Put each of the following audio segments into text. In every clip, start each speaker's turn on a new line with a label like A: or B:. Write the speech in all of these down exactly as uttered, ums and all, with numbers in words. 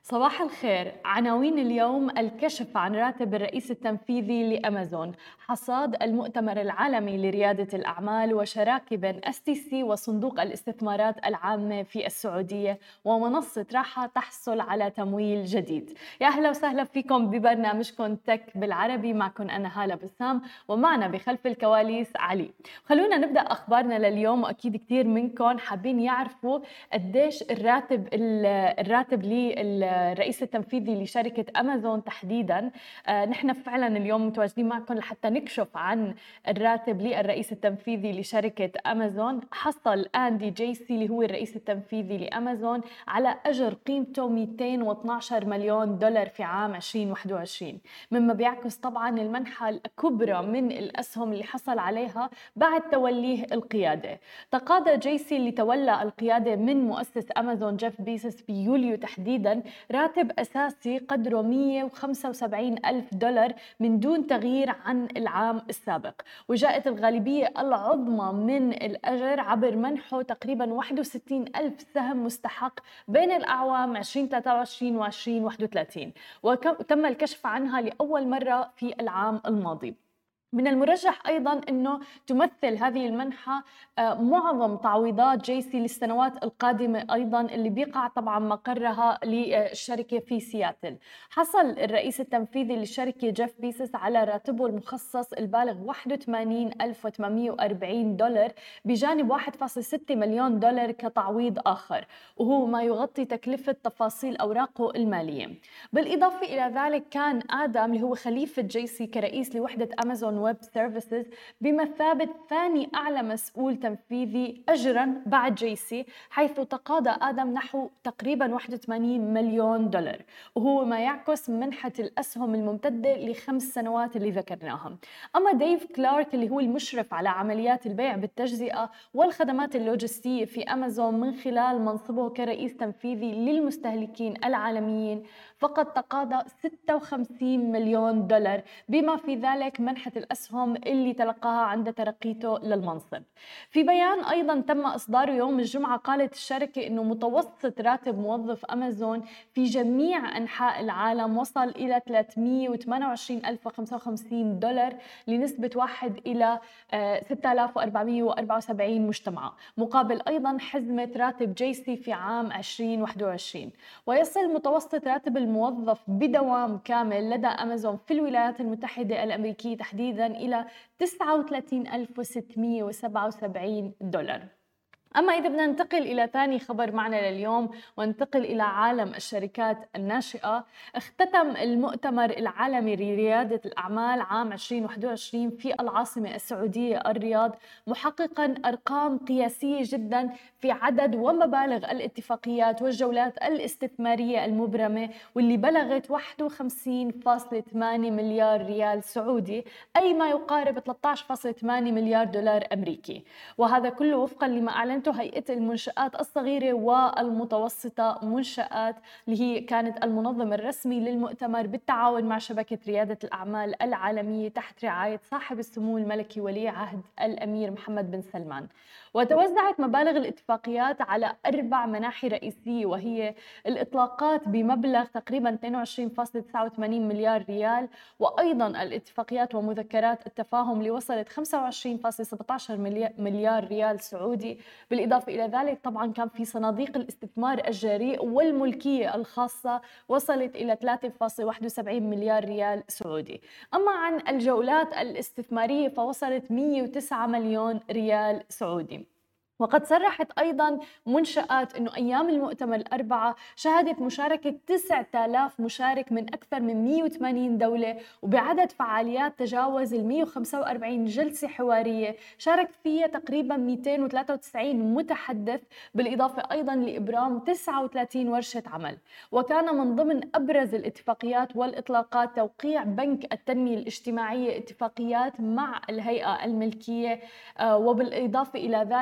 A: صباح الخير. عناوين اليوم: الكشف عن راتب الرئيس التنفيذي لأمازون، حصاد المؤتمر العالمي لريادة الأعمال، وشراكة بين اس تي سي وصندوق الاستثمارات العامة في السعودية، ومنصة راحة تحصل على تمويل جديد. يا أهلا وسهلا فيكم ببرنامجكم تك بالعربي، معكم أنا هالة بسام، ومعنا بخلف الكواليس علي. خلونا نبدأ أخبارنا لليوم، وأكيد كتير منكم حابين يعرفوا قديش الراتب الراتب للرئيس التنفيذي لشركة أمازون تحديداً. آه، نحن فعلاً اليوم متواجدين معكم لحتى نكشف عن الراتب للرئيس التنفيذي لشركة أمازون. حصل أندي جيسي اللي هو الرئيس التنفيذي لأمازون على أجر قيمته مئتين واثني عشر مليون دولار في عام ألفين وواحد وعشرين، مما بيعكس طبعاً المنحة الكبرى من الأسهم اللي حصل عليها بعد توليه القيادة. تقاضى جيسي اللي تولى القيادة من مؤسس أمازون جيف بيزوس في يوليو تحديداً راتب أساسي قدره مئة وخمسة وسبعين ألف دولار من دون تغيير عن العام السابق، وجاءت الغالبية العظمى من الأجر عبر منحه تقريباً واحد وستين ألف سهم مستحق بين الأعوام ألفين وثلاثة وعشرين و ألفين وواحد وثلاثين، وتم الكشف عنها لأول مرة في العام الماضي. من المرجح أيضاً أنه تمثل هذه المنحة آه، معظم تعويضات جيسي للسنوات القادمة أيضاً، اللي بيقع طبعاً مقرها للشركة في سياتل. حصل الرئيس التنفيذي للشركة جيف بيزوس على راتبه المخصص البالغ واحد وثمانين ألف وثمانمئة وأربعين دولار، بجانب واحد فاصلة ستة مليون دولار كتعويض آخر، وهو ما يغطي تكلفة تفاصيل أوراقه المالية. بالإضافة إلى ذلك، كان آدم اللي هو خليفة جيسي كرئيس لوحدة أمازون ويب سيرفيسز بمثابة ثاني أعلى مسؤول تنفيذي أجراً بعد جيسي، حيث تقاضى آدم نحو تقريباً واحد وثمانين مليون دولار، وهو ما يعكس منحة الأسهم الممتدة لخمس سنوات اللي ذكرناها. أما ديف كلارك اللي هو المشرف على عمليات البيع بالتجزئة والخدمات اللوجستية في أمازون من خلال منصبه كرئيس تنفيذي للمستهلكين العالميين، فقد تقاضى ستة وخمسين مليون دولار، بما في ذلك منحة الأسهم اللي تلقاها عند ترقيته للمنصب. في بيان أيضا تم إصداره يوم الجمعة، قالت الشركة أنه متوسط راتب موظف أمازون في جميع أنحاء العالم وصل إلى ثلاثمئة وثمانية وعشرين ألف وخمسة وخمسين دولار لنسبة واحد إلى آه، ستة آلاف وأربعمئة وأربعة وسبعين مجتمعة، مقابل أيضا حزمة راتب جيسي في عام ألفين وواحد وعشرين. ويصل متوسط راتب الموظف بدوام كامل لدى أمازون في الولايات المتحدة الأمريكية تحديداً إلى تسعة وثلاثين ألف وستمئة وسبعة وسبعين دولار. أما إذا بدنا ننتقل إلى ثاني خبر معنا لليوم وننتقل إلى عالم الشركات الناشئة، اختتم المؤتمر العالمي لريادة الأعمال عام ألفين وواحد وعشرين في العاصمة السعودية الرياض، محققاً أرقام قياسية جداً في عدد ومبالغ الاتفاقيات والجولات الاستثمارية المبرمة، واللي بلغت واحد وخمسين فاصلة ثمانية مليار ريال سعودي، أي ما يقارب ثلاثة عشر فاصلة ثمانية مليار دولار أمريكي. وهذا كله وفقاً لما أعلنته هيئة المنشآت الصغيرة والمتوسطة منشآت، اللي هي كانت المنظم الرسمي للمؤتمر بالتعاون مع شبكة ريادة الأعمال العالمية تحت رعاية صاحب السمو الملكي ولي عهد الأمير محمد بن سلمان. وتوزعت مبالغ الاتفاقيات على أربع مناحي رئيسية، وهي الإطلاقات بمبلغ تقريباً اثنين وعشرين فاصلة تسعة وثمانين مليار ريال، وأيضاً الاتفاقيات ومذكرات التفاهم اللي وصلت خمسة وعشرين فاصلة سبعة عشر مليار ريال سعودي. بالإضافة إلى ذلك طبعاً كان في صناديق الاستثمار الجريء والملكية الخاصة وصلت إلى ثلاثة فاصلة واحد وسبعين مليار ريال سعودي. أما عن الجولات الاستثمارية فوصلت مئة وتسعة مليون ريال سعودي. وقد صرحت أيضاً منشآت أنه أيام المؤتمر الأربعة شهدت مشاركة تسعة آلاف مشارك من أكثر من مئة وثمانين دولة، وبعدد فعاليات تجاوز ال مئة وخمسة وأربعين جلسة حوارية شارك فيها تقريباً مئتين وثلاثة وتسعين متحدث، بالإضافة أيضاً لإبرام تسعة وثلاثين ورشة عمل. وكان من ضمن أبرز الاتفاقيات والإطلاقات توقيع بنك التنمية الاجتماعية اتفاقيات مع الهيئة الملكية، آه، وبالإضافة إلى ذلك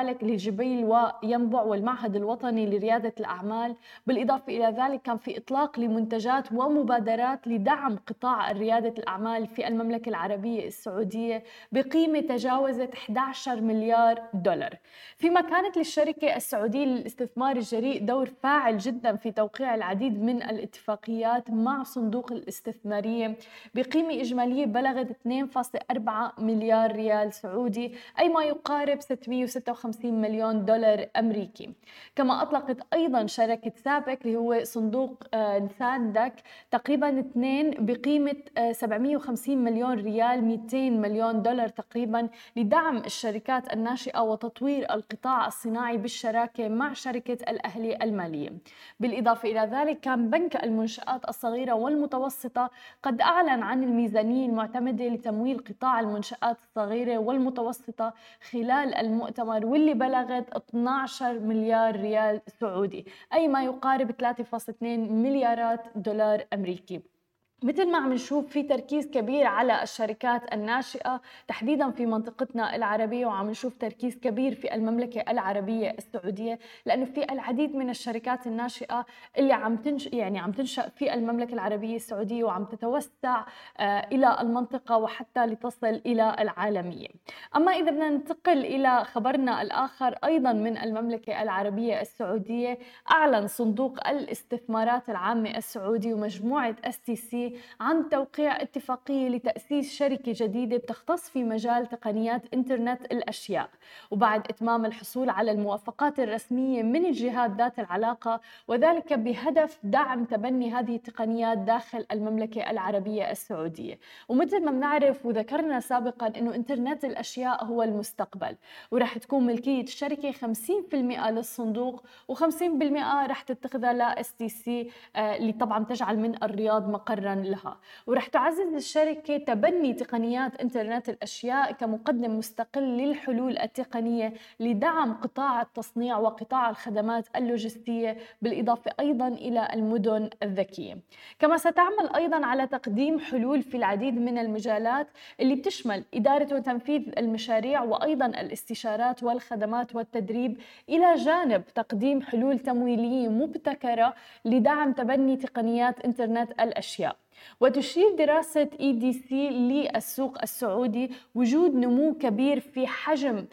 A: جبيل وينبع والمعهد الوطني لريادة الأعمال. بالإضافة إلى ذلك كان في إطلاق لمنتجات ومبادرات لدعم قطاع ريادة الأعمال في المملكة العربية السعودية بقيمة تجاوزت أحد عشر مليار دولار. فيما كانت للشركة السعودية للاستثمار الجريء دور فاعل جدا في توقيع العديد من الاتفاقيات مع صندوق الاستثمارية بقيمة إجمالية بلغت اثنين فاصلة أربعة مليار ريال سعودي، أي ما يقارب ستمئة وستة وخمسين مليون دولار أمريكي. كما أطلقت أيضا شركة سابك اللي هو صندوق ساندك تقريبا اثنين بقيمة سبعمئة وخمسين مليون ريال، مئتين مليون دولار تقريبا، لدعم الشركات الناشئة وتطوير القطاع الصناعي بالشراكة مع شركة الأهلي المالية. بالإضافة إلى ذلك كان بنك المنشآت الصغيرة والمتوسطة قد أعلن عن الميزانية المعتمدة لتمويل قطاع المنشآت الصغيرة والمتوسطة خلال المؤتمر، واللي بلغت اثني عشر مليار ريال سعودي، أي ما يقارب ثلاثة فاصلة اثنين مليارات دولار أمريكي. مثل ما عم نشوف في تركيز كبير على الشركات الناشئة تحديدا في منطقتنا العربية، وعم نشوف تركيز كبير في المملكة العربية السعودية، لأنه في العديد من الشركات الناشئة اللي عم تنش يعني عم تنشأ في المملكة العربية السعودية وعم تتوسع آه إلى المنطقة وحتى لتصل إلى العالمية. أما إذا بدنا ننتقل إلى خبرنا الآخر أيضا من المملكة العربية السعودية، أعلن صندوق الاستثمارات العامة السعودي ومجموعة اس تي سي عن توقيع اتفاقية لتأسيس شركة جديدة بتختص في مجال تقنيات إنترنت الأشياء، وبعد إتمام الحصول على الموافقات الرسمية من الجهات ذات العلاقة، وذلك بهدف دعم تبني هذه التقنيات داخل المملكة العربية السعودية. ومثل ما بنعرف وذكرنا سابقا إنه إنترنت الأشياء هو المستقبل، ورح تكون ملكية الشركة خمسين بالمئة للصندوق وخمسين بالمئة رح تتخذها ل اس تي سي اللي طبعا تجعل من الرياض مقرا لها. ورح تعزز الشركة تبني تقنيات إنترنت الأشياء كمقدم مستقل للحلول التقنية لدعم قطاع التصنيع وقطاع الخدمات اللوجستية، بالإضافة أيضا إلى المدن الذكية. كما ستعمل أيضا على تقديم حلول في العديد من المجالات اللي بتشمل إدارة وتنفيذ المشاريع وأيضا الاستشارات والخدمات والتدريب، إلى جانب تقديم حلول تمويلية مبتكرة لدعم تبني تقنيات إنترنت الأشياء. وتشير دراسة إي دي سي للسوق السعودي وجود نمو كبير في حجم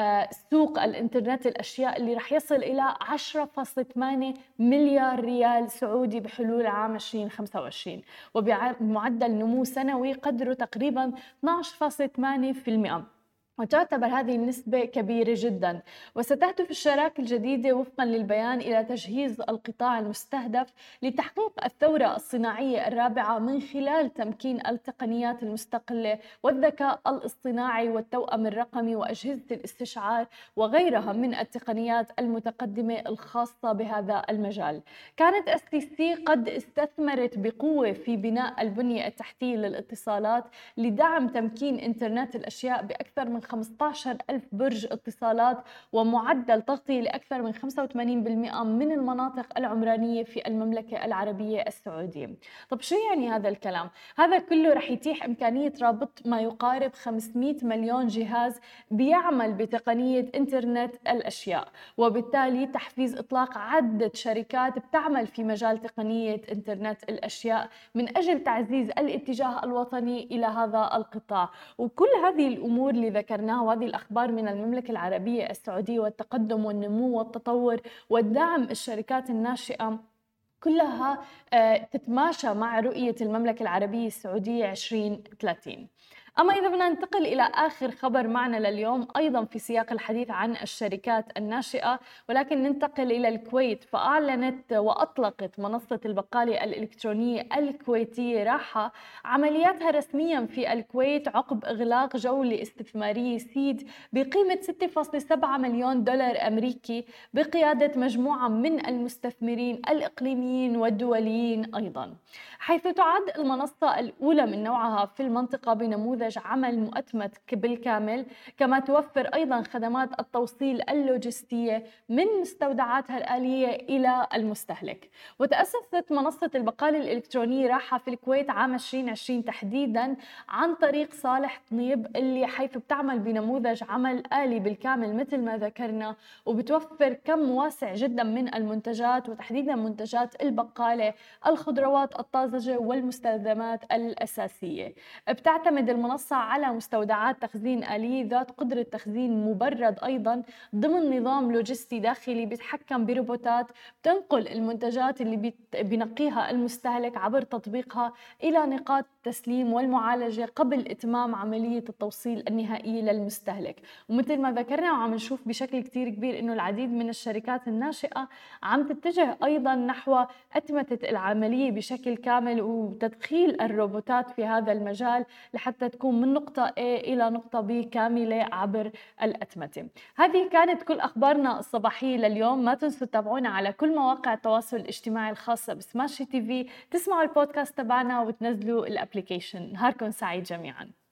A: سوق الإنترنت الأشياء اللي رح يصل إلى عشرة فاصلة ثمانية مليار ريال سعودي بحلول عام ألفين وخمسة وعشرين، وبمعدل نمو سنوي قدره تقريبا اثني عشر فاصلة ثمانية بالمئة. وتعتبر هذه النسبة كبيرة جدا. وستهدف الشراكة الجديدة وفقا للبيان إلى تجهيز القطاع المستهدف لتحقيق الثورة الصناعية الرابعة من خلال تمكين التقنيات المستقلة والذكاء الاصطناعي والتوأم الرقمي وأجهزة الاستشعار وغيرها من التقنيات المتقدمة الخاصة بهذا المجال. كانت اس تي سي قد استثمرت بقوة في بناء البنية التحتية للاتصالات لدعم تمكين إنترنت الأشياء بأكثر من خمسة عشر ألف برج اتصالات ومعدل تغطية لأكثر من خمسة وثمانين بالمئة من المناطق العمرانية في المملكة العربية السعودية. طب شو يعني هذا الكلام؟ هذا كله رح يتيح إمكانية رابط ما يقارب خمسمئة مليون جهاز بيعمل بتقنية إنترنت الأشياء، وبالتالي تحفيز إطلاق عدة شركات بتعمل في مجال تقنية إنترنت الأشياء من أجل تعزيز الاتجاه الوطني إلى هذا القطاع. وكل هذه الأمور اللي ذكرناها وهذه الأخبار من المملكة العربية السعودية والتقدم والنمو والتطور والدعم الشركات الناشئة كلها تتماشى مع رؤية المملكة العربية السعودية عشرين ثلاثين. أما إذا بدنا ننتقل إلى آخر خبر معنا لليوم أيضا في سياق الحديث عن الشركات الناشئة، ولكن ننتقل إلى الكويت. فأعلنت وأطلقت منصة البقالة الإلكترونية الكويتية راحة عملياتها رسميا في الكويت عقب إغلاق جولة استثمارية سيد بقيمة ستة فاصلة سبعة مليون دولار أمريكي بقيادة مجموعة من المستثمرين الإقليميين والدوليين أيضا، حيث تعد المنصة الأولى من نوعها في المنطقة بنموذج بنموذج عمل مؤتمت بالكامل، كما توفر أيضا خدمات التوصيل اللوجستية من مستودعاتها الآلية إلى المستهلك. وتأسست منصة البقالة الإلكترونية راحة في الكويت عام عشرين عشرين تحديدا عن طريق صالح طنيب، اللي حيث بتعمل بنموذج عمل آلي بالكامل مثل ما ذكرنا، وبتوفر كم واسع جدا من المنتجات وتحديدا منتجات البقالة، الخضروات الطازجة والمستلزمات الأساسية. بتعتمد المنصة على مستودعات تخزين آلية ذات قدرة تخزين مبرد أيضا ضمن نظام لوجستي داخلي بيتحكم بروبوتات بتنقل المنتجات اللي بينقيها المستهلك عبر تطبيقها إلى نقاط التسليم والمعالجة قبل إتمام عملية التوصيل النهائية للمستهلك. ومثل ما ذكرنا وعم نشوف بشكل كتير كبير إنه العديد من الشركات الناشئة عم تتجه أيضا نحو أتمتة العملية بشكل كامل وتدخيل الروبوتات في هذا المجال لحتى تكون من نقطة A إلى نقطة B كاملة عبر الأتمتة. هذه كانت كل أخبارنا الصباحية لليوم. ما تنسوا تتابعونا على كل مواقع التواصل الاجتماعي الخاصة بسماشي تي في، تسمعوا البودكاست تبعنا وتنزلوا الابليكيشن. نهاركم سعيد جميعاً.